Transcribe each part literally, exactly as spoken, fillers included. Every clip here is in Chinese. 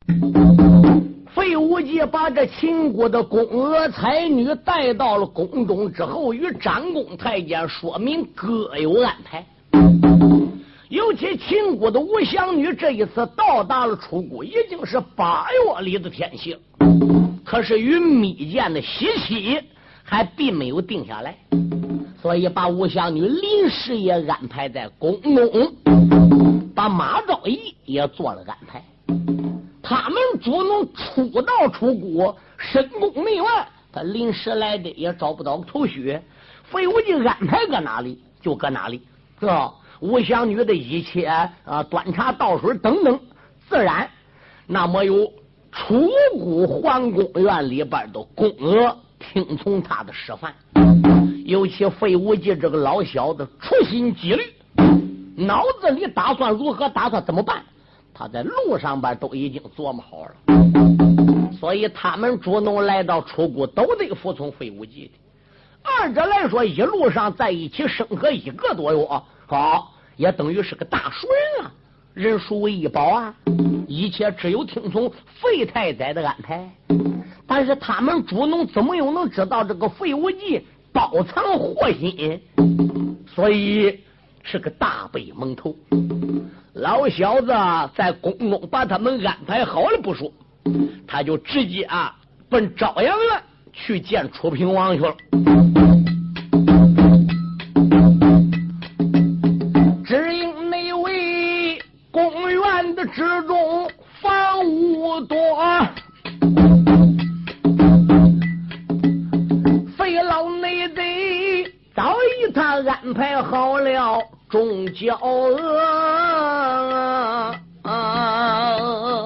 费无忌把这秦国的宫娥才女带到了宫中之后，与长公太监说明各有安排。尤其秦国的吴祥女这一次到达了楚国，已经是八月里的天气了，可是与密饯的喜期还并没有定下来，所以把吴祥女临时也安排在宫中，把马昭仪也做了安排。他们主能出到楚国，深宫内外，他临时来的也找不到头绪，费无忌安排搁哪里就搁哪里，是吧？吴祥女的一切啊，端茶倒水等等，自然那么有楚国皇宫院里边的宫娥听从他的示范。尤其费无忌这个老小子处心积虑，脑子里打算如何打算怎么办，他在路上边都已经琢磨好了，所以他们主动来到楚国都得服从费无忌的。二者来说，一路上在一起生活一个多月，好，也等于是个大熟人啊，人熟为一宝啊，一切只有听从费太宰的安排。但是他们主能怎么又能知道这个费无忌包藏祸心，所以是个大背蒙头。老小子在宫中把他们安排好了不说，他就直接啊奔朝阳院去见楚平王去了。只因那位公园的之中房屋多，费老内贼早已他安排好了众娇娥，啊，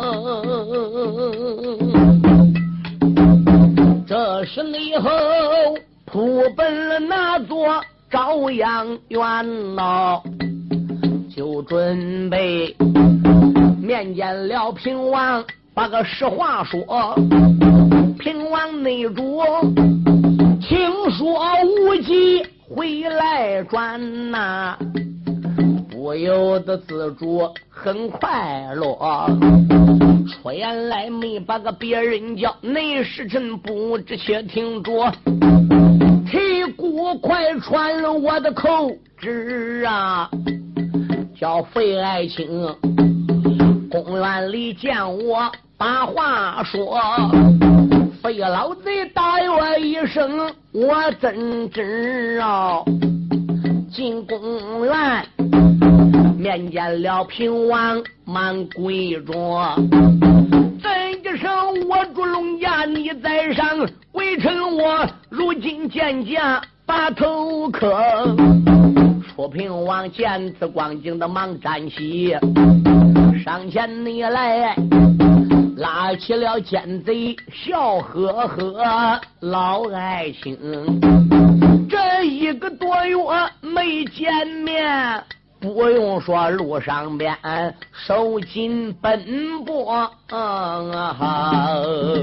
这是以后扑奔了那座朝阳院呐，就准备面见了平王，把个实话说。平王内主听说无忌回来转呐，不由得自主很快乐。出言来没把个别人叫，内侍臣不知且听着，提骨快传了我的口旨啊，叫费爱卿公园里见我把话说。费老贼大我一声，我怎知啊？进公园面见了平王，满跪着。怎一声我主龙家你在上，微臣我如今见驾把头磕。楚平王见此光景的忙站起，上前你来拉起了奸贼笑呵呵，老爱卿这一个多月没见面，不用说路上边受尽奔波。嗯啊，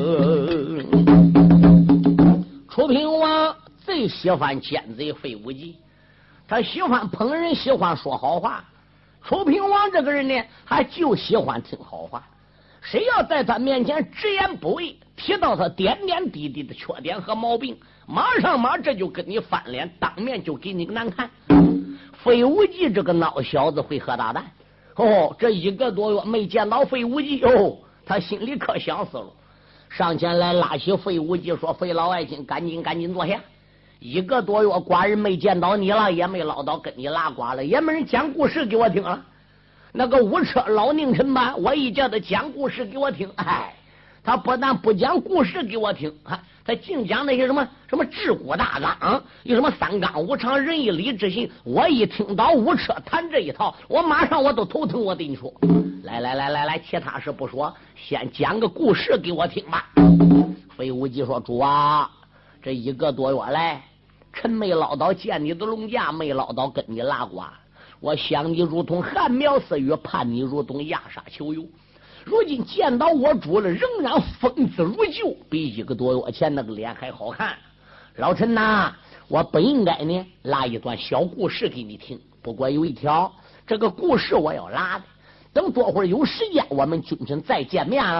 楚平王最喜欢奸贼费无忌，他喜欢捧人，喜欢说好话。楚平王这个人呢，他就喜欢听好话，谁要在他面前直言不讳，提到他点点滴滴的缺点和毛病，马上马这就跟你翻脸，当面就给你个难看。费无忌这个孬小子会喝大蛋哦，这一个多月没见到费无忌哦，他心里可想死了。上前来拉起费无忌说：“费老爱卿，赶紧赶紧坐下。一个多月寡人没见到你了，也没唠叨跟你拉呱了，也没人讲故事给我听了。那个五车老宁臣吧，我一叫他讲故事给我听，哎，他不但不讲故事给我听，啊，他净讲那些什么什么治国大纲，有什么三纲五常仁义礼智信。我一听到五车谈这一套，我马上我都头疼。我对你说，来来来来来，其他事不说，先讲个故事给我听吧。费无忌说：“主啊，这一个多月来，臣没唠叨见你的龙驾，没唠叨跟你拉呱。我想你如同寒苗似雨，盼你如同压沙求油。如今见到我主了，仍然风姿如旧，比一个多月前那个脸还好看。老臣呐，我本应该呢拉一段小故事给你听，不过有一条，这个故事我要拉的，等多会儿有时间，我们君臣再见面了，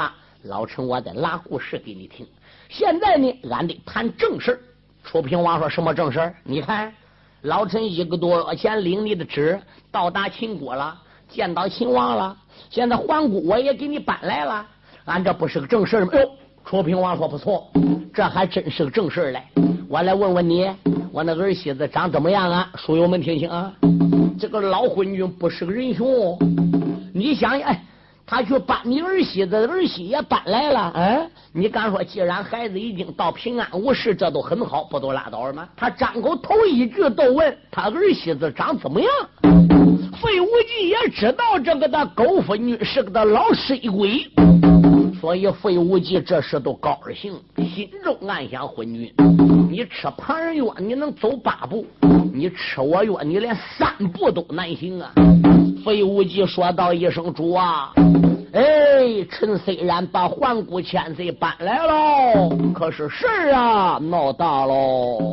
老臣我得拉故事给你听。现在呢，俺得谈正事。楚平王说：“什么正事？你看，老臣一个多月前领你的旨，到达秦国了，见到秦王了。现在皇姑我也给你搬来了，俺这不是个正事吗？”哎呦，楚平王说：“不错，这还真是个正事来。我来问问你，我那儿媳妇长怎么样啊？书友们听清啊，这个老昏君不是个人雄。你想想，哎。”他去搬你儿媳的儿媳也搬来了，嗯，你敢说既然孩子已经到平安无事，这都很好，不都拉倒了吗？他张口头一句都问他儿媳子长怎么样。费无忌也知道这个的狗夫女是个的老水鬼，所以费无忌这时都高兴，心中暗想：昏君，你吃旁人药你能走八步，你吃我药你连三步都难行啊！费无忌说道一声：“主啊！”哎，臣虽然把环顾千岁搬来喽，可是事儿啊闹大喽。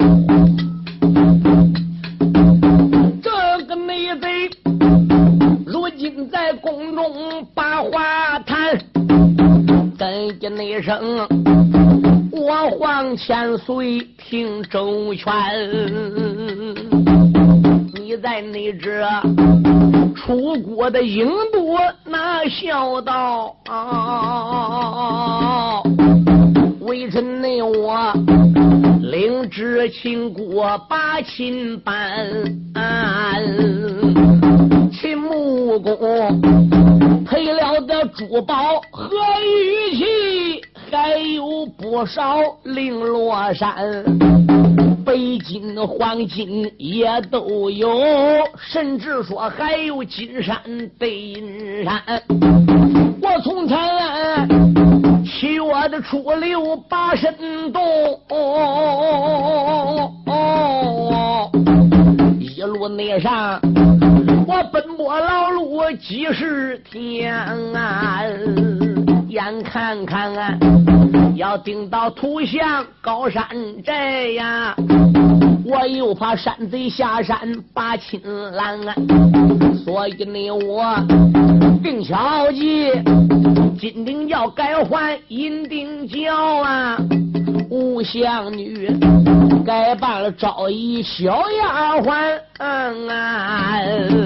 这个内贼如今在宫中把话谈，跟着那声我皇千岁听周全，你在内这楚国的营都那孝道，微臣内我领旨秦国把秦搬，秦穆公赔了的珠宝和玉器，还有不少绫罗衫，北金黄金也都有，甚至说还有金山对银山。我从前七月的初六八神洞，一路内上我奔波劳碌几十天啊，眼看看啊要顶到土象高山寨呀，我又怕山贼下山把秦拦啊，所以呢我定巧计，金顶要改换银顶角啊，吴相女改扮了招一小丫鬟，嗯啊，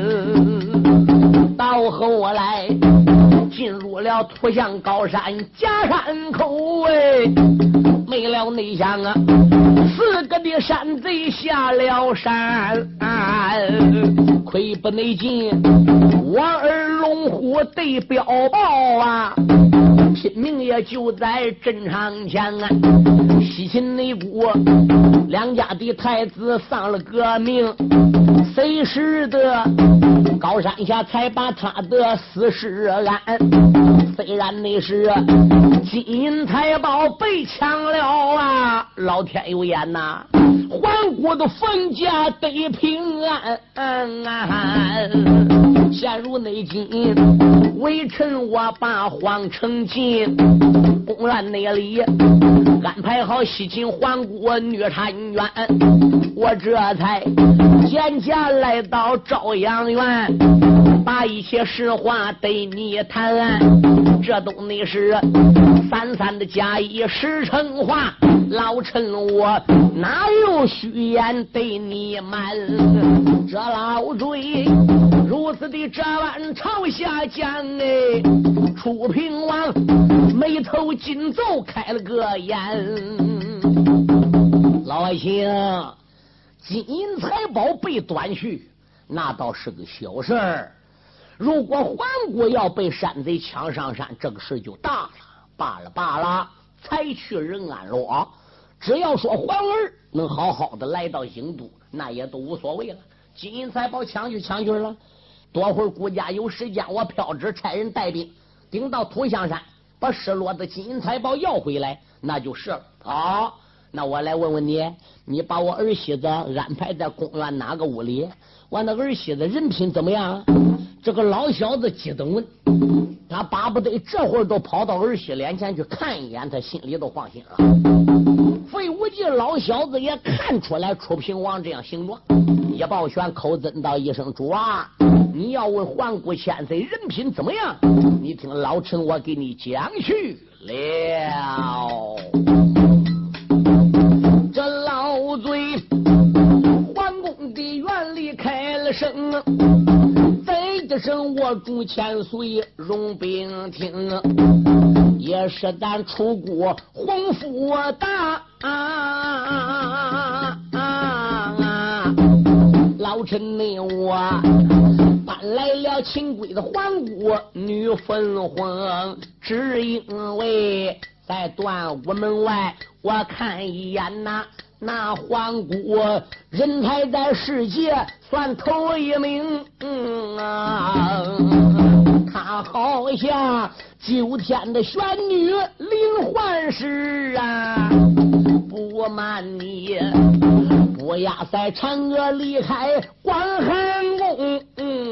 到后来进入了土象高山假山口，哎，没了内向啊，四个的山贼下了山，亏不内进，我儿龙虎对标报啊，拼命也就在阵场前啊，西秦内国两家的太子丧了革命，谁使得高山下才把他的死尸安，虽然那是金银财宝被抢了啊，老天有眼呐，皇国的坟家得平安，陷入内境，微臣我把皇城进，公园内里安排好西秦皇国女婵娟，我这才简驾来到朝阳院，把一切实话对你谈，这都那是三三的假意实诚话，老臣我哪有虚言对你瞒，这老追如此的这般朝下讲，哎，楚平王眉头紧皱开了个眼，老百姓金银财宝被端去那倒是个小事儿，如果皇国要被山贼抢上山，这个事就大了。罢了罢了，才去人安乐，只要说皇儿能好好的来到郢都，那也都无所谓了。金银财宝抢去抢去了，多会儿顾家有时间，我飘旨差人带兵顶到土象山，把失落的金银财宝要回来，那就是了。好，那我来问问你，你把我儿媳子安排在公园哪个屋里？我那儿媳子人品怎么样？这个老小子激动问，他巴不得这会儿都跑到儿媳脸前去看一眼，他心里都放心了。费无忌老小子也看出来楚平王这样形状，一抱拳口尊道一声：“主啊， 你要问环顾千岁人品怎么样，你听老臣我给你讲去了。这老嘴桓公的园里开了声，再一声我主千岁容兵听，也是咱出国洪福大啊啊啊！老臣你我搬来了秦国的桓古女分婚，只因为在端午门外我看一眼呐、啊，那桓古人才在世界算头一名，嗯啊，他好像九天的玄女灵幻师啊，不瞒你，不压在嫦娥离开关寒宫，嗯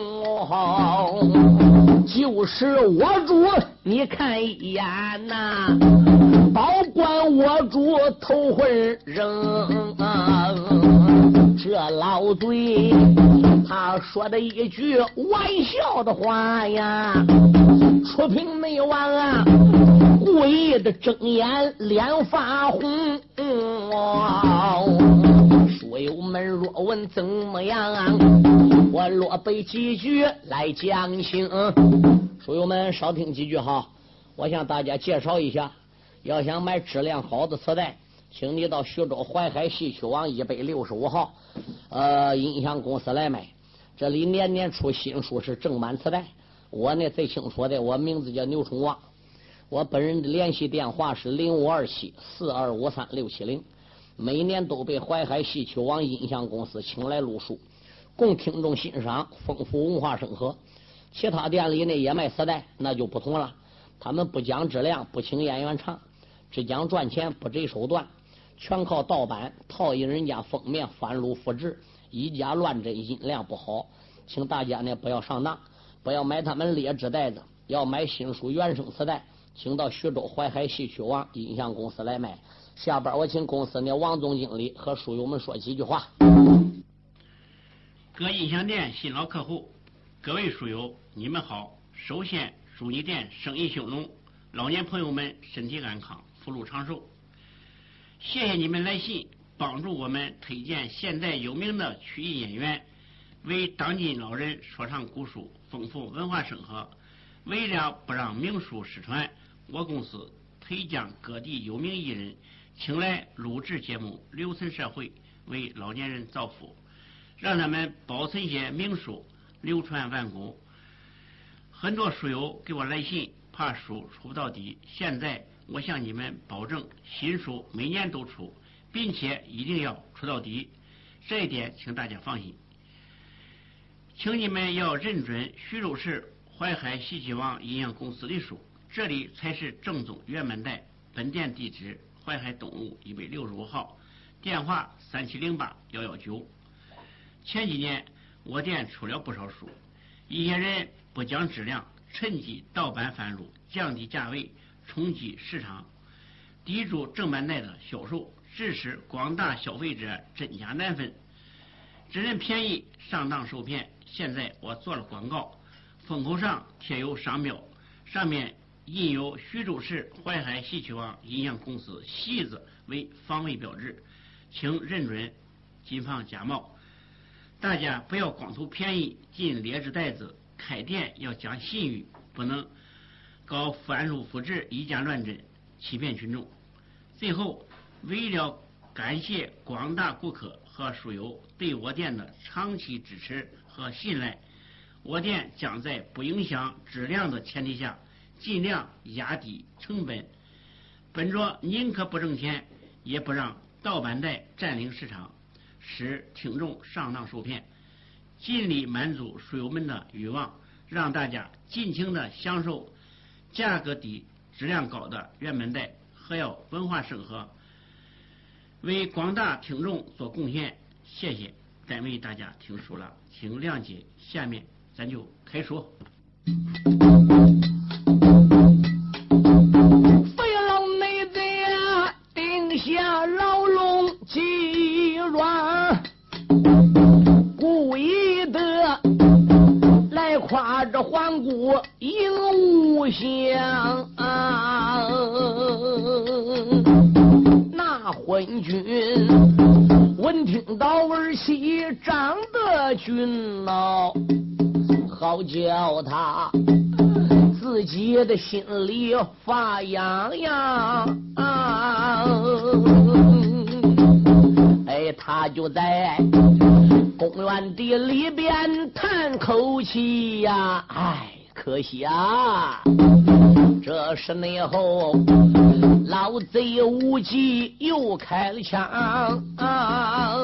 哦，就是我主，你看一眼呐、啊，保管我主头魂扔啊，这老嘴他说的一句玩笑的话呀，出品没完啊，故意的睁眼脸发红，嗯哦，书友们若问怎么样啊，我落背几句来讲清。书友们少听几句哈，我向大家介绍一下，要想买质量好的磁带，请你到徐州淮海戏曲网一百六十五号呃音响公司来买，这里年年出新书，是正版磁带。我呢最清楚的，我名字叫牛春旺，我本人的联系电话是零五二七四二五三六七零，每年都被淮海戏曲网音响公司请来录书，供听众欣赏，丰富文化生活。其他店里呢也卖磁带，那就不同了，他们不讲质量，不请演员唱，只讲赚钱，不择手段，全靠盗版套印人家封面，翻录复制，以假乱真，音量不好，请大家呢不要上当，不要买他们劣质袋子，要买新书原声磁带，请到徐州淮海戏曲网音响公司来买。下边我请公司的王总经理和书友们说几句话。 各音响店新老客户，各位书友，你们好。首先祝你店生意兴隆，老年朋友们身体安康，福禄长寿。谢谢你们来信，帮助我们推荐现在有名的曲艺演员，为当今老人说唱古书，丰富文化生活。为了不让名书失传，我公司推将各地有名艺人请来录制节目，留存社会，为老年人造福，让他们保存些名书，流传万古。很多书友给我来信，怕书出不到底，现在我向你们保证，新书每年都出，并且一定要出到底，这一点请大家放心。请你们要认准徐州市淮海戏曲网音响公司的书，这里才是正宗原版带。本店地址淮海东路一百六十五号，电话三七零八幺幺九。前几年我店出了不少书，一些人不讲质量，趁机盗版翻录，降低价位，冲击市场，抵住正版带的销售，致使广大消费者真假难分，只认便宜，上当受骗。现在我做了广告，封口上贴有商标，上面印有徐州市淮海戏曲网音响公司戏字为防伪标志，请认准，谨防假冒。大家不要光图便宜进劣质袋子，开店要讲信誉，不能搞翻录复制，以假乱真，欺骗群众。最后，为了感谢广大顾客和书友对我店的长期支持和信赖，我店将在不影响质量的前提下，尽量压低成本，本着宁可不挣钱，也不让盗版带占领市场，使听众上当受骗，尽力满足书友们的欲望，让大家尽情的享受价格低、质量高的原版带，还要文化生活，为广大听众做贡献。谢谢，单为大家听书了，请谅解。下面咱就开说。 费老内子呀，定下牢笼鸡软，故意的来那昏君闻听到儿媳长得俊哦，好叫他自己的心里发痒痒啊！哎，他就在公园的里边叹口气呀，哎，可惜啊，这时内后老贼无忌又开了枪啊！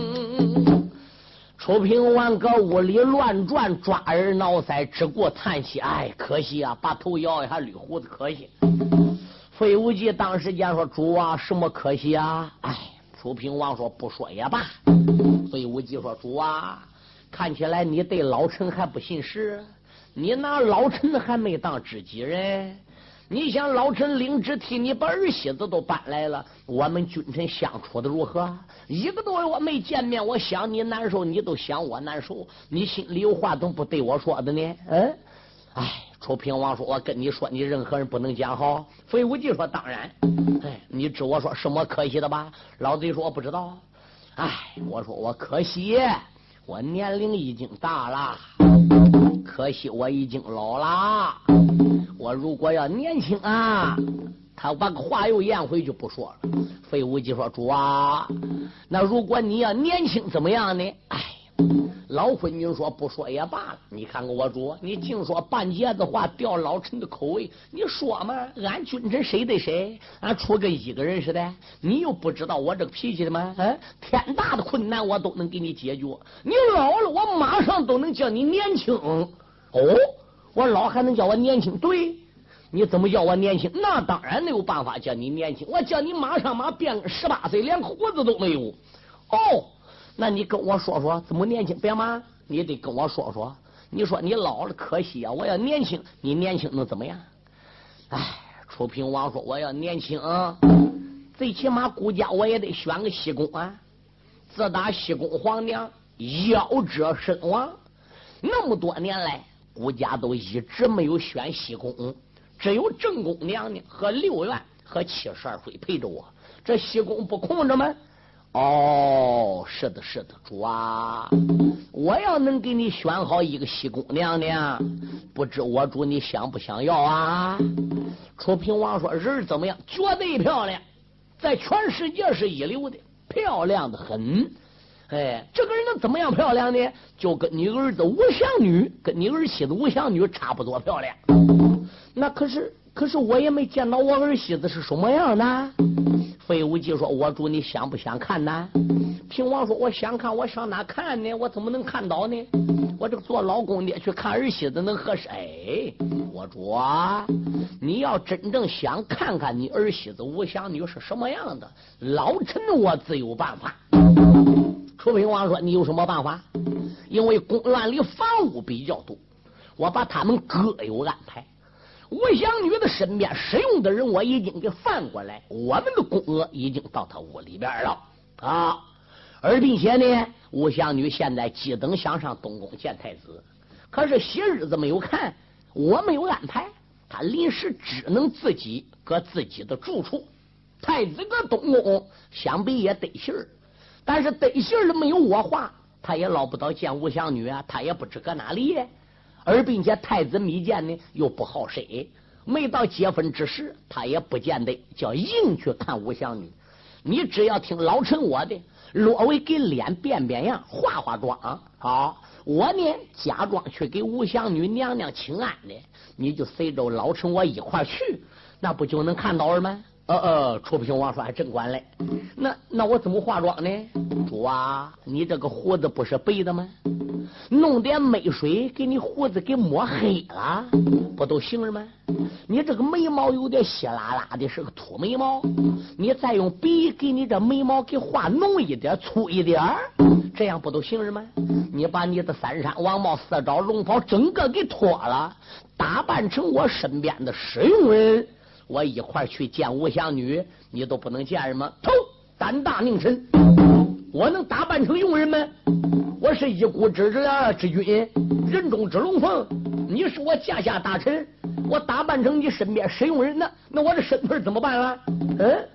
楚平王搁屋里乱转，抓耳挠腮，只顾叹息。哎，可惜啊，把头摇一下，捋胡子，可惜。费无忌当时间说：“主啊，什么可惜啊？”哎，楚平王说：“不说也罢。”费无忌说：“主啊，看起来你对老臣还不信实，你拿老臣还没当知己人。你想老臣领旨替你把儿媳妇都搬来了，我们君臣相处的如何？一个多月没见面，我想你难受，你都想我难受，你心里有话怎么不对我说的呢？嗯，哎，楚平王说：“我跟你说，你任何人不能讲好。”费无忌说：“当然。”哎，你知我说什么可惜的吧？老贼说：“我不知道。”哎，我说我可惜，我年龄已经大了，可惜我已经老了。我如果要年轻啊，他把个话又咽回去不说了。费无忌说：“主啊，那如果你要年轻怎么样呢？”哎，老昏君说：“不说也罢了。你看看我主，你净说半截子话吊老臣的口味，你说嘛，俺君臣谁对谁？俺处跟一个人似的，你又不知道我这个脾气的吗？嗯，天大的困难我都能给你解决。你老了，我马上都能叫你年轻。哦，我老还能叫我年轻？对。你怎么叫我年轻？那当然没有办法叫你年轻，我叫你马上马变十八岁，连胡子都没有。哦，那你跟我说说怎么年轻？别嘛，你得跟我说说。你说你老了可惜啊，我要年轻，你年轻能怎么样？哎，楚平王说：“我要年轻，啊，最起码顾家我也得选个西宫啊。自打西宫皇娘夭折身亡，那么多年来，顾家都一直没有选西宫。只有正宫娘娘和六院和七十二妃陪着我，这西宫不空着吗？哦，是的，是的，主啊，我要能给你选好一个西宫娘娘，不知我主你想不想要啊？楚平王说：“人怎么样？绝对漂亮，在全世界是一流的，漂亮的很。哎，这个人能怎么样漂亮呢？就跟你儿子吴祥女，跟你儿媳妇吴祥女差不多漂亮。那可是，可是我也没见到我儿媳妇是什么样的。”费无忌说：“我主你想不想看呢？”平王说：“我想看，我上哪看呢？我怎么能看到呢？我这个做老公的去看儿媳妇能合适？哎，我主啊，你要真正想看看你儿媳妇吴祥女是什么样的，老臣我自有办法。”楚平王说：“你有什么办法？”因为宫院里房屋比较多，我把他们各有安排。吴祥女的身边使用的人我已经给翻过来，我们的宫娥已经到她屋里边了啊。而并且呢，吴祥女现在急等想上东宫见太子，可是些日子没有看，我没有安排，她临时只能自己搁自己的住处。太子搁东宫想必也得信儿，但是得信儿的没有我话，他也捞不到见吴祥女啊，他也不知搁哪里。而并且太子密见呢又不好谁，没到结婚之时，他也不见得叫硬去看吴祥女。你只要听老臣我的，略微给脸变变样，化化妆，好，我呢假装去给吴祥女娘娘请安的，你就随着老臣我一块去，那不就能看到了吗？呃呃，楚平王说还真管嘞。那那我怎么化妆呢？主啊，你这个胡子不是白的吗？弄点美水给你胡子给抹黑了，不都行了吗？你这个眉毛有点稀拉拉的，是个秃眉毛，你再用笔给你这眉毛给画浓一点、粗一点，这样不都行了吗？你把你的三山王帽、四爪龙袍整个给脱了，打扮成我身边的使用人，我一块去见吴祥女，你都不能见人吗？头胆大宁臣，我能打扮成佣人吗？我是一国之之之君，人中之龙凤，你是我驾下大臣，我打扮成你身边使用人呢，那我这身份怎么办了？嗯，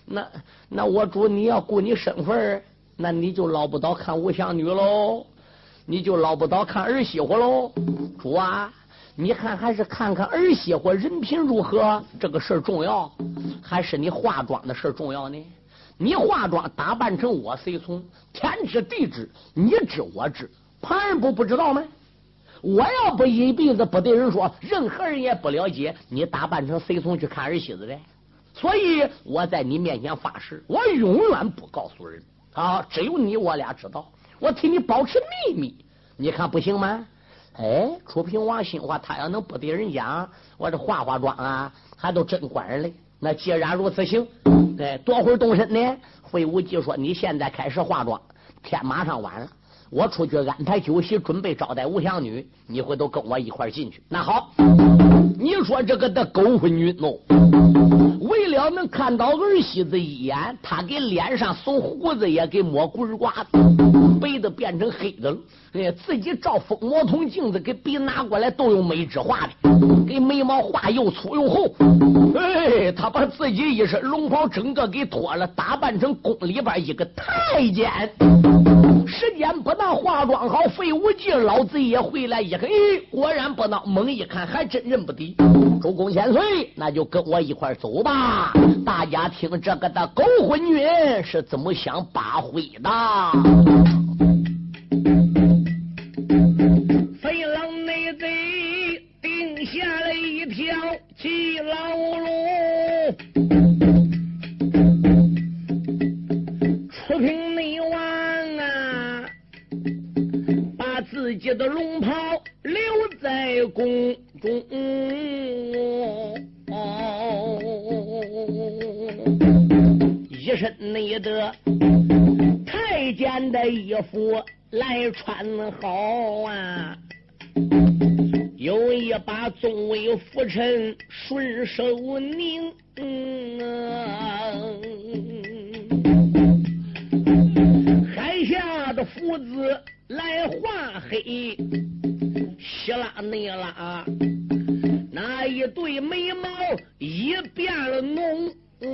那那我主你要顾你身份，那你就捞不到看五香女喽，你就捞不到看儿媳妇喽。主啊，你看还是看看儿媳妇人品如何，这个事儿重要，还是你化妆的事儿重要呢？你化妆打扮成我随从，天知地知，你知我知，旁人不不知道吗？我要不一辈子不对人说，任何人也不了解你打扮成随从去看儿媳妇的。所以我在你面前发誓，我永远不告诉人啊，只有你我俩知道，我替你保持秘密，你看不行吗？哎，楚平王心话，他要能不对人讲，我这化化妆啊，还都真管人嘞。那既然如此行，哎，多会儿动身呢？费无忌说：“你现在开始化妆，天马上晚了，我出去安排酒席，准备招待五香女，你回头跟我一块进去。”那好，你说这个的狗混女喏，为了能看到儿媳子一眼，他给脸上送胡子也给抹滚瓜子，白的变成黑的了。哎，自己照风魔筒镜子，给鼻拿过来都用美脂画的，给眉毛画又粗又厚。哎，他把自己一身龙袍整个给脱了，打扮成宫里边一个太监。时间不大，化妆好，费无忌老贼也回来一看，咦，果然不孬，猛一看还真认不得。周公千岁，那就跟我一块走吧。大家听这个的狗混女是怎么想把会的。 飞狼内贼定下了一条记牢路，出平内王啊，把自己的龙袍留在宫中，哦，一身内的太监的衣服来穿好啊，有一把宗位拂尘顺手拧，海下的胡子来画黑，希拉内拉那一对眉毛一变了浓，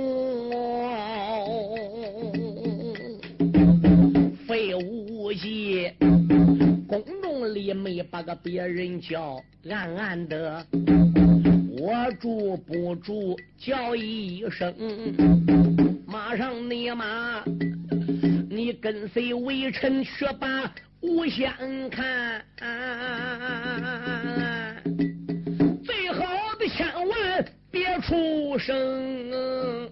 费无忌宫中里没把个别人叫，暗暗的我住不住叫一声，马上你马你跟随微臣去把无相看，最好的千万别出声，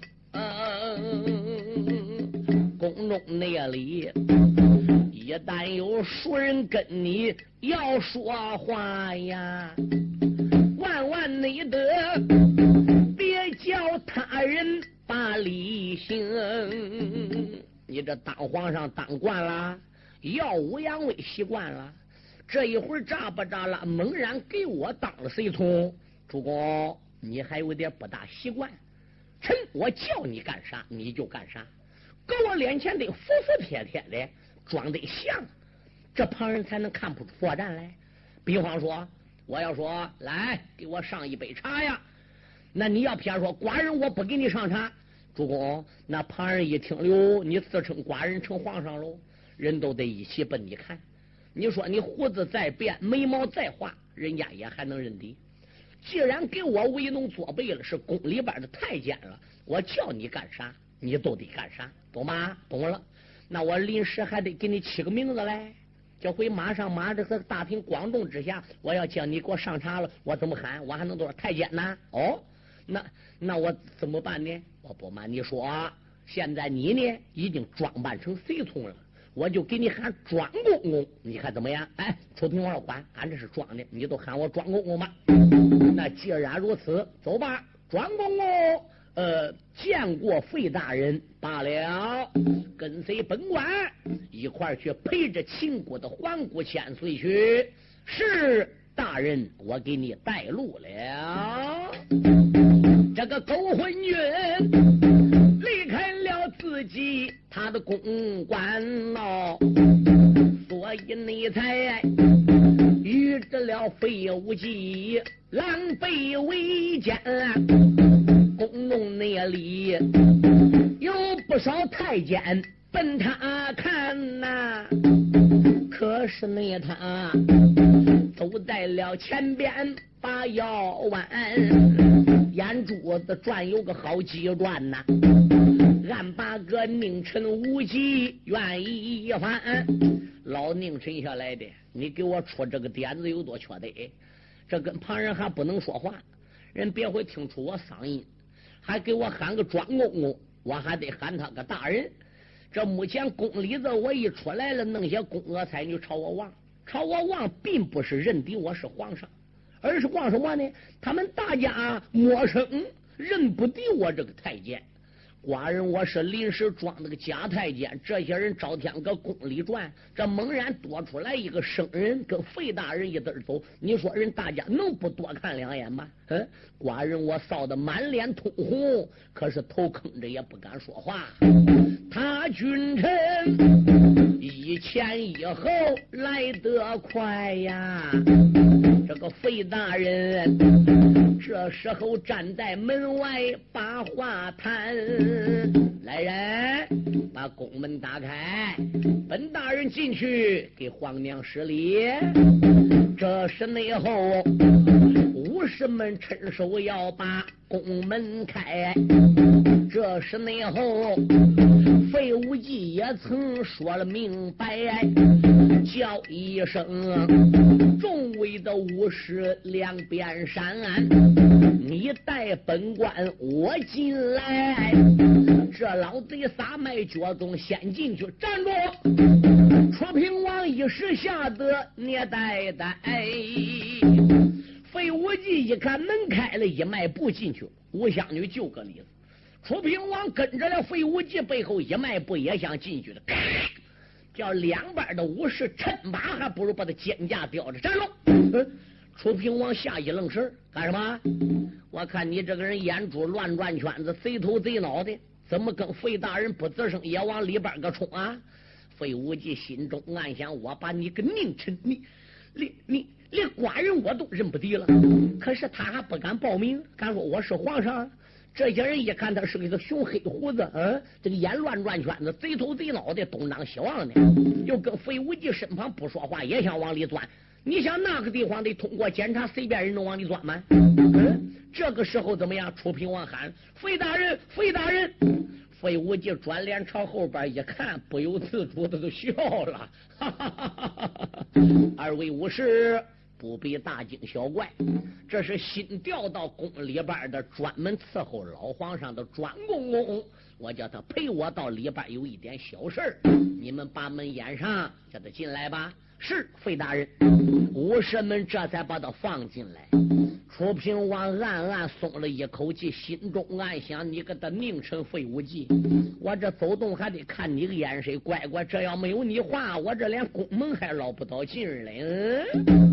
宫中那里一旦有熟人跟你要说话呀，万万你得别叫他人把理行。你这当皇上当惯了，耀武扬威习惯了，这一会儿炸不炸了，猛然给我当了随从，主公你还有点不大习惯。臣我叫你干啥你就干啥，搁我脸前得服服帖帖的，装得像，这旁人才能看不出破绽来。比方说我要说来给我上一杯茶呀，那你要偏说寡人我不给你上茶，主公那旁人一听哟，你自称寡人成皇上喽，人都得一起奔你看。你说你胡子再变，眉毛再画，人家也还能认得。既然给我为农作备了，是宫里边的太监了，我叫你干啥你都得干啥，懂吗？懂了。那我临时还得给你起个名字来，这回马上马这个大庭广众之下，我要叫你给我上茶了，我怎么喊？我还能多少太监呢？哦，那那我怎么办呢？我不瞒你说，现在你呢已经装扮成随从了，我就给你喊庄公公，你看怎么样？哎，楚平王管，俺这是装的，你都喊我庄公公吧。那既然如此，走吧，庄公公。呃，见过费大人罢了，跟随本官一块儿去陪着秦国的环顾千岁去。是大人，我给你带路了。这个狗混军离开了自己他的公馆哦，所以你才遇着了费无忌狼狈为奸。宫中那里有少太监奔他看呐、啊，可是呢他走在了前边把腰弯，眼珠子转有个好几转呐、啊，俺把个宁臣无忌愿意翻。老宁臣下来的，你给我出这个点子有多缺德？这跟旁人还不能说话，人别会听出我嗓音，还给我喊个庄公公，我还得喊他个大人。这目前宫里子我一出来了，弄些宫娥才女朝我望，朝我望，并不是认定我是皇上，而是望什么呢？他们大家陌生，认不得我这个太监。寡人我是临时装那个假太监，这些人朝天搁宫里转，这猛然多出来一个生人，跟费大人一对走，你说人大家能不多看两眼吗？嗯，寡人我臊得满脸通红，可是头吭着也不敢说话。他君臣一前一后来得快呀，这个费大人这时候站在门外把话谈。来人，把宫门打开，本大人进去给皇娘施礼。这是内后武士们趁手要把宫门开。这是内后费无忌也曾说了明白，叫一声众位的武士两边闪，你带本官我进来。这老贼撒麦脚中先进去，站住！楚平王一时吓得捏呆呆。费无忌一看门开了，一迈步进去。吴香女就个例子，楚平王跟着了费无忌背后一迈步也想进去的，叫两边的武士趁马还不如把他肩架吊着，站住！嗯，楚平王吓一愣神，干什么？我看你这个人眼珠乱转圈子，贼头贼脑的，怎么跟费大人不吱声也往里边个冲啊？费无忌心中暗想，我把你个宁臣，你你你连寡人我都认不得了，可是他还不敢报名，敢说我是皇上。这些人一看他是个熊黑胡子，嗯，这个眼乱转圈子，贼头贼脑的，东张西望的，又跟费无忌身旁不说话，也想往里钻。你想那个地方得通过检查，随便人能往里钻吗？嗯，这个时候怎么样？楚平王喊：“费大人，费大人！”费无忌转脸朝后边一看，不由自主的都笑了。哈哈哈哈哈！二位武士不必大惊小怪，这是新调到宫里边的专门伺候老皇上的专公公，我叫他陪我到里边有一点小事儿，你们把门掩上，叫他进来吧。是，费大人。武士们这才把他放进来。楚平王暗暗松了一口气，心中暗想：你个的宁臣费无忌，我这走动还得看你个眼神，乖乖，这要没有你话，我这连宫门还捞不到劲儿嘞。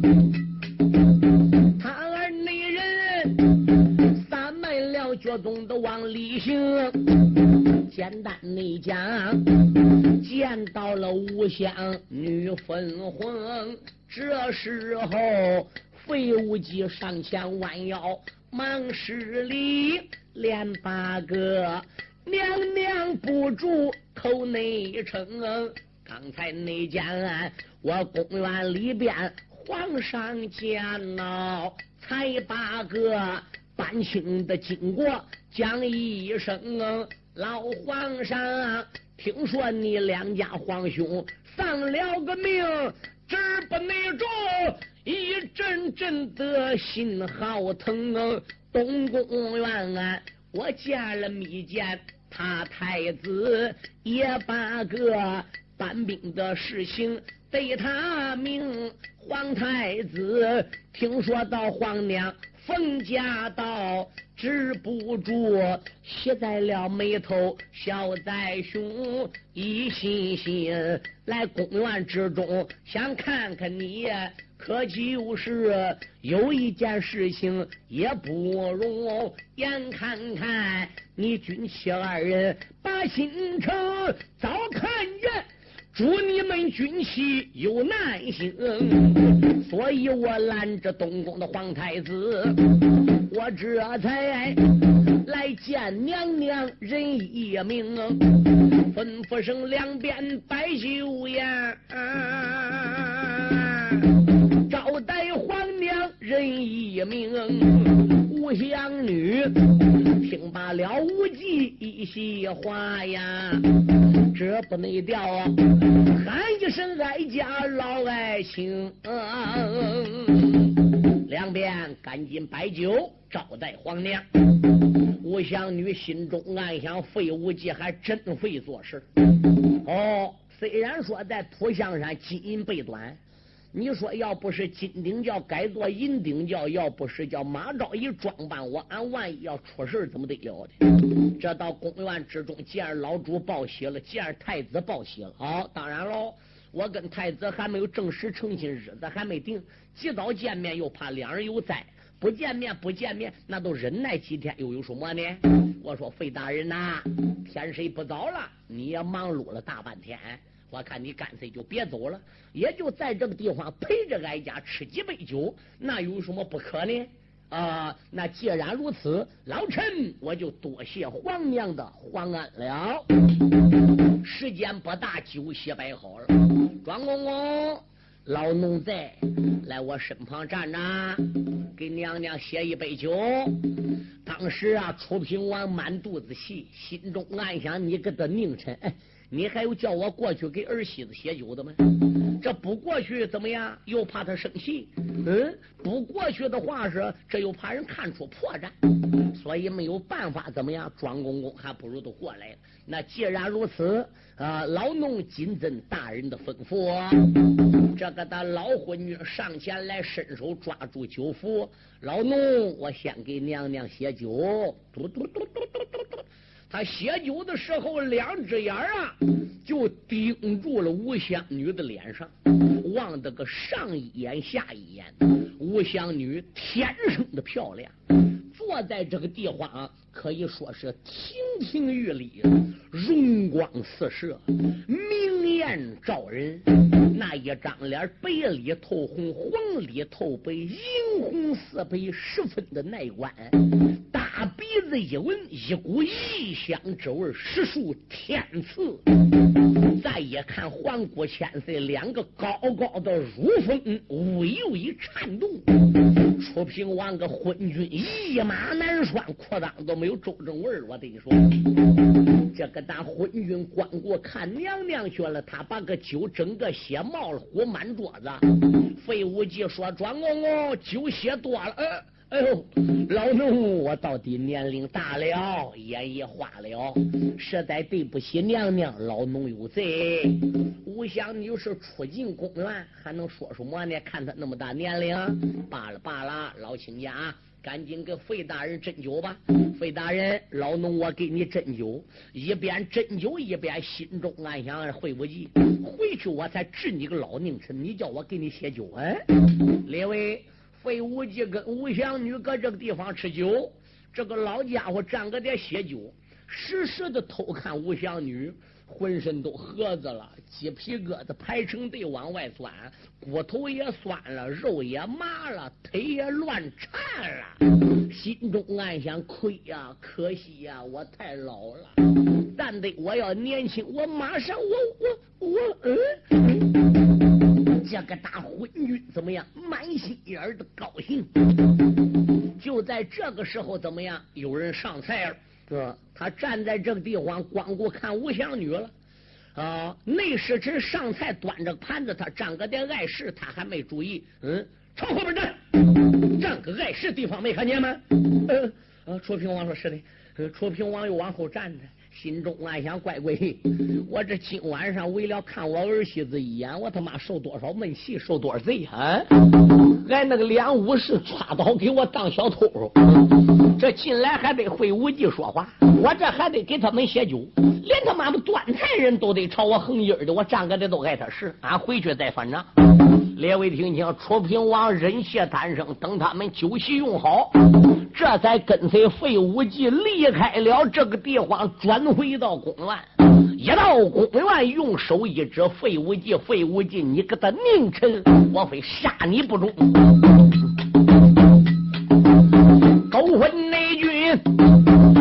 嗯，他儿内人撒迈了脚中的往里行，简单内讲，见到了无香女粉红，这时候费无忌上前弯腰忙施礼，连八个娘娘不住口内称，刚才内讲我公园里边皇上见了，才把个办清的经过讲一声。老皇上，听说你两家皇兄丧了个命，这不内中一阵阵的心好疼。东宫院啊，我见了密见他太子，也把个搬兵的事情对他明。皇太子听说到皇娘冯家道，止不住写在了眉头，小宰兄一心心来公园之中，想看看你，可就是有一件事情也不容。眼看看你军妻二人把新城早看见，祝你们军旗有难行，所以我拦着东宫的皇太子，我这才来见娘娘人一名，吩咐声两边摆酒宴，招待皇娘人一名。吴香女听罢了无忌一席话呀，这不内调啊，喊一声哀家老爱卿，两边赶紧摆酒招待皇娘。吴香女心中暗想，费无忌还真会做事哦。虽然说在土象山金银被短，你说要不是金顶教改做银顶教，要不是叫马昭仪装扮我，俺万一要出事怎么得了的？这到宫院之中，见儿老主报喜了，见儿太子报喜了。好、哦，当然喽，我跟太子还没有正式成亲，日子还没定，及早见面又怕两人有灾，不见面不见面，那都忍耐几天，又有什么呢？我说费大人呐、啊，天色不早了，你也忙碌了大半天。我看你干脆就别走了，也就在这个地方陪着哀家吃几杯酒，那有什么不可呢？啊、呃，那既然如此，老臣我就多谢皇娘的皇安了。时间不大，酒席摆好了。庄公公，老奴在，来我身旁站着，给娘娘写一杯酒。当时啊，楚平王满肚子气，心中暗想：你个的佞臣，哎，你还有叫我过去给儿媳妇写酒的吗？这不过去怎么样？又怕他生气。嗯，不过去的话是，这又怕人看出破绽，所以没有办法，怎么样？庄公公还不如都过来了。那既然如此，啊、呃，老奴谨遵大人的吩咐。这个的老昏君上前来，伸手抓住酒壶。老奴，我先给娘娘写酒。嘟嘟嘟嘟嘟嘟嘟。他写酒的时候，两只眼啊就盯住了吴香女的脸上，望得个上一眼下一眼。吴香女天生的漂亮，坐在这个地方、啊、可以说是亭亭玉立，容光四射，明艳照人。那一张脸白里透红，黄里透白，银红似白，十分的耐观。大鼻子一闻，一股异香之味，实属天赐。再一看环顾千岁，两个高高的乳峰微微颤动。楚平王个昏君一马难拴，裤裆都没有周正味儿。我跟你说，这个大昏君光顾看娘娘去了，他把个酒整个血冒了壶满桌子。费无忌说：“庄公公，酒血多了。呃”哎呦，老奴我到底年龄大了，眼也花了，实在对不起娘娘，老奴有罪。吴香女是出进宫院，还能说什么呢？看她那么大年龄，罢了罢了，老亲家，赶紧给费大人斟酒吧。费大人，老奴我给你斟酒，一边斟酒一边心中暗想：费无忌，回去我才治你个老佞臣，你叫我给你写酒，哎，列位。费无忌跟吴香女搁这个地方吃酒，这个老家伙站个点写酒，时时的偷看吴香女，浑身都合子了，鸡皮疙瘩排成队往外钻，骨头也酸了，肉也麻了，腿也乱颤了，心中暗想：亏呀，可惜呀，我太老了，但得我要年轻，我马上我我我嗯。这个大昏君怎么样？满心眼儿的高兴。就在这个时候，怎么样？有人上菜了，是吧？他站在这个地方，光顾看吴香女了。啊，内侍臣上菜，端着盘子，他站个点碍事，他还没注意。嗯，朝后边站，站个碍事地方没看见吗？嗯、呃，楚平王说是的。呃，楚平王又往后站着。心中暗想：乖乖，我这今晚上为了看我儿媳妇一眼，我他妈受多少闷气，受多少罪啊！俺那个两武士抓刀给我当小偷，这进来还得费无忌说话，我这还得给他们写酒，连他妈的端菜人都得朝我横音的，我站个的都碍他事，俺回去再翻账。列位听清，楚平王忍谢贪生，等他们酒席用好，这才跟随费无忌离开了这个地方，转回到宫院。一到宫院，用手一指费无忌，费无忌，你个的佞臣，我非杀你不中！勾魂内军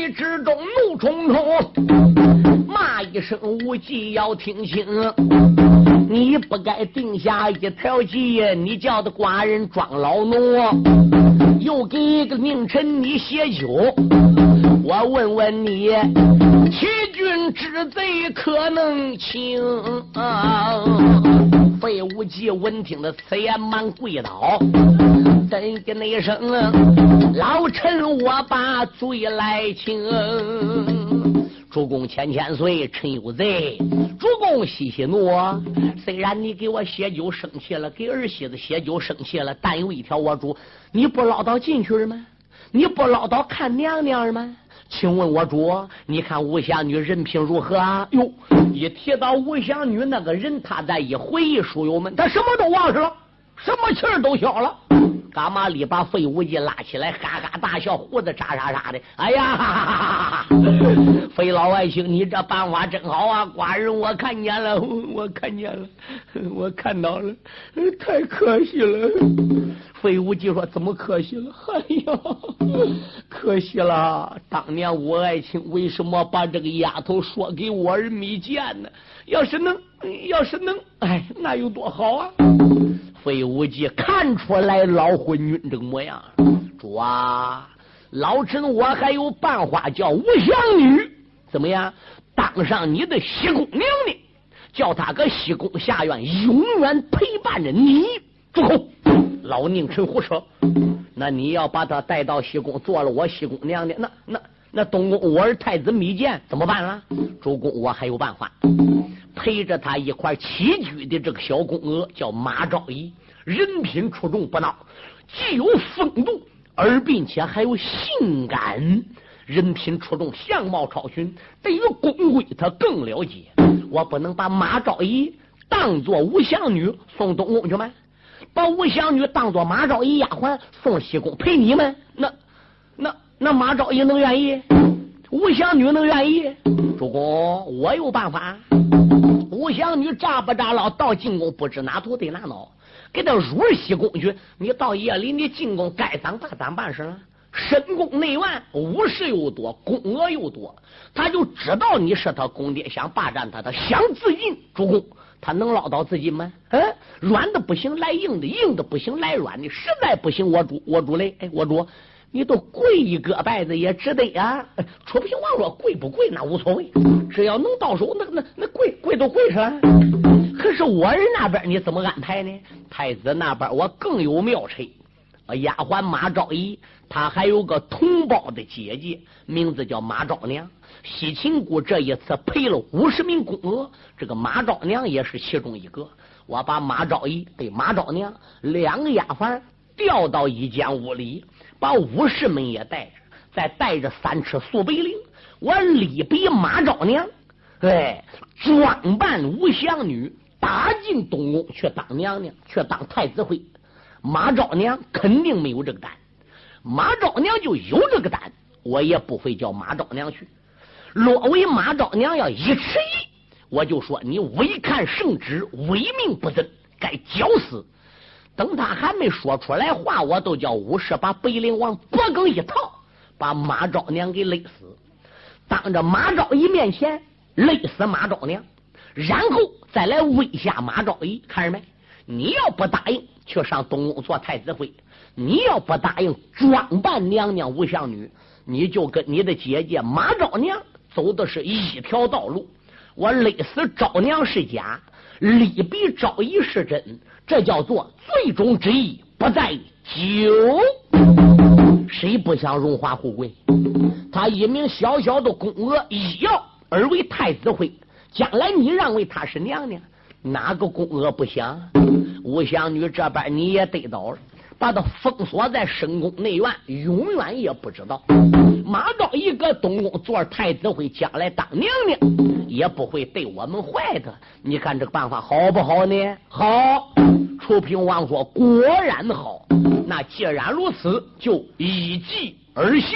内之中怒冲冲，骂一声无忌要听清，你不该定下一条计，你叫的寡人装老奴，又给个佞臣你写酒，我问问你，欺君之贼可能轻啊？费无忌闻听的此言满跪倒，怎的那声老臣我把罪来请。主公千千岁，臣有罪。主公息息怒，虽然你给我写酒生气了，给儿媳妇写酒生气了，但有一条，我主你不唠叨进去吗？你不唠叨看娘娘吗？请问我主，你看吴香女人品如何啊？哟，一提到吴香女那个人，他再一回忆书友们，他什么都忘了，什么气儿都消了。干嘛里把费无忌拉起来，哈哈大笑，胡子喳喳喳的。哎呀，哈哈哈哈费老爱卿，你这办法真好啊！寡人我看见了，我看见了，我看到了，太可惜了。费无忌说：“怎么可惜了？哎呀，可惜了！当年我爱卿为什么把这个丫头说给我儿密见呢？要是能，要是能，哎，那有多好啊！”费无忌看出来老昏君这个模样，主啊，老臣我还有办法，叫吴香女怎么样当上你的西宫娘娘，叫她搁西宫下院永远陪伴着你。住口！老佞臣胡扯！那你要把她带到西宫，做了我西宫娘娘，那那那东宫我儿太子密见怎么办了？主公，我还有办法。陪着他一块起居的这个小宫娥叫马昭仪，人品出众不孬，既有风度，而并且还有性感，人品出众，相貌超群，对于宫规他更了解。我不能把马昭仪当做吴香女送东宫去吗？把吴香女当做马昭仪丫鬟送西宫陪你们？那那那马昭仪能愿意？吴香女能愿意？主公，我有办法。吴香女诈不诈老到进宫不知哪头对哪脑，给他入西宫去。你到夜里你进宫该咋办咋办事了？深宫内院武士又多，宫娥又多，他就知道你是他公爹，想霸占他，他想自尽。主公，他能捞到自尽吗？嗯，软的不行来硬的，硬的不行来软的，实在不行我主我主嘞，哎，我主。你都跪一个拜子也值得啊！楚平王说跪不跪那无所谓，只要能到手，那那那跪跪都跪上。可是我儿那边你怎么安排呢？太子那边我更有妙策。丫鬟马昭仪，她还有个同胞的姐姐，名字叫马昭娘。西秦谷这一次陪了五十名宫娥，这个马昭娘也是其中一个。我把马昭仪对马昭娘两个丫鬟调到一间屋里。把武士们也带着，再带着三尺素北绫，我里比马昭娘，哎，装扮吴香女，打进东宫去当娘娘，去当太子妃。马昭娘肯定没有这个胆，马昭娘就有这个胆，我也不会叫马昭娘去。若为马昭娘要一迟疑，我就说你违抗圣旨，违命不遵，该绞死。等他还没说出来话，我都叫武士把北陵王脖梗一套，把马昭娘给勒死，当着马昭仪面前勒死马昭娘，然后再来威吓马昭仪。看着没？你要不答应去上东宫做太子妃，你要不答应装扮娘娘吴香女，你就跟你的姐姐马昭娘走的是一条道路。我勒死昭娘是假，力比昭仪是真，这叫做最终之意不在久。谁不想荣华富贵？他一名小小的宫娥，一要而为太子妃，将来你让为他是娘娘，哪个宫娥不想？吴香女这边你也得到了，把他封锁在深宫内院，永远也不知道。马昭仪搁东宫做太子妃，将来当娘娘也不会对我们坏的。你看这个办法好不好呢？好。楚平王说果然好，那既然如此，就依计而行。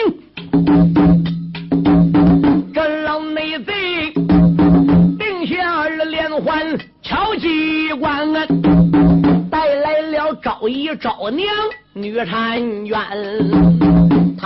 这老内贼定下了连环敲击官，带来了昭仪昭娘女婵娟，他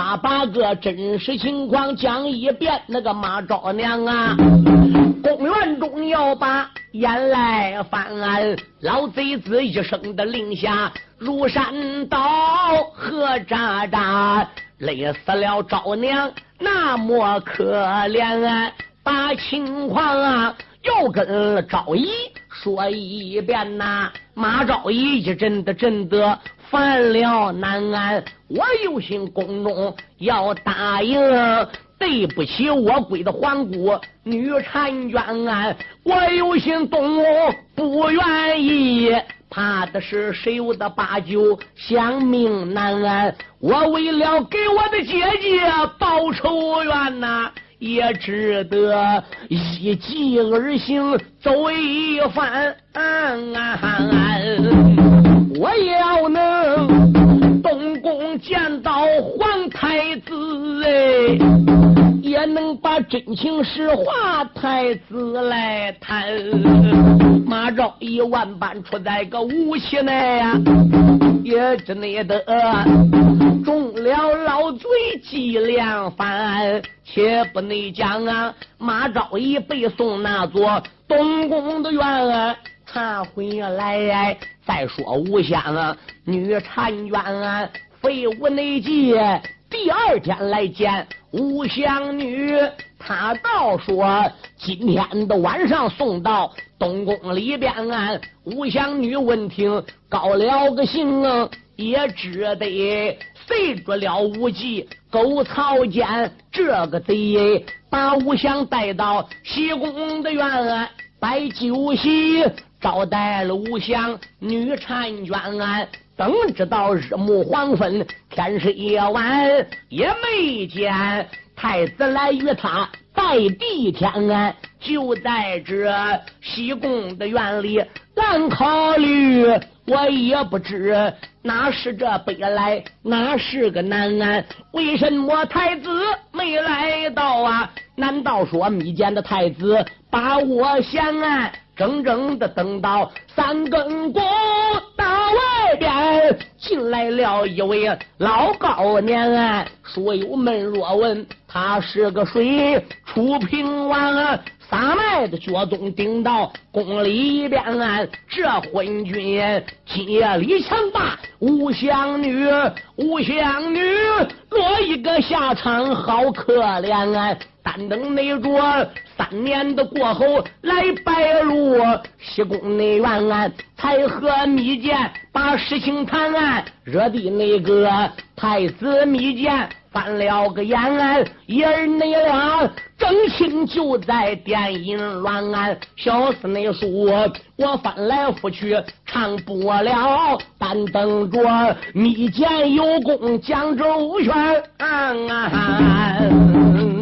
他把个真实情况讲一遍。那个马昭娘啊，公园中要把眼来翻，老贼子一声的令下如山倒，何喳喳，累死了昭娘那么可怜。把情况啊又跟昭仪说一遍呐、啊，马昭仪一阵的阵的犯了难安，我有心宫中要答应，对不起我闺的皇姑女婵娟啊，我有心动不愿意，怕的是谁有的八九想命难安，我为了给我的姐姐报仇冤呐、啊，也只得依计而行，走一番、嗯啊、我要能东宫见到皇太子，哎，也能把真情实话太子来谈。马昭仪万般出在个无期内呀、啊，也只内得中了老嘴计量翻。且不内讲啊，马昭仪背诵那座东宫的院查回来。再说吴香啊，女婵娟啊，废物内计。第二天来见吴香女，她倒说今天的晚上送到东宫里边啊。吴香女闻听高了个兴啊，也只得随着了无忌狗曹间这个贼，把吴香带到西宫的院啊，摆酒席招待了吴香女婵娟啊。等直到日暮黄昏，天是夜晚，也没见太子来与他拜地天啊。就在这西宫的院里暗考虑，我也不知哪是这北来，哪是个南安，为什么太子没来到啊？难道说密见的太子把我相安？整整的等到三更宫到外边，进来了一位老高年啊。书友们若问他是个谁，楚平王啊，撒麦的脚宗顶到宫里边啊。这昏君今夜里强霸吴香女，吴香女落一个下场好可怜啊。单等那着三年的过后来拜路西宫内院啊，才和密见把事情谈案，惹的那个太子密见翻了个眼啊，爷儿那俩正亲就在电音乱案，小厮那说我翻来覆去唱不了，但等着密见有功讲周旋啊啊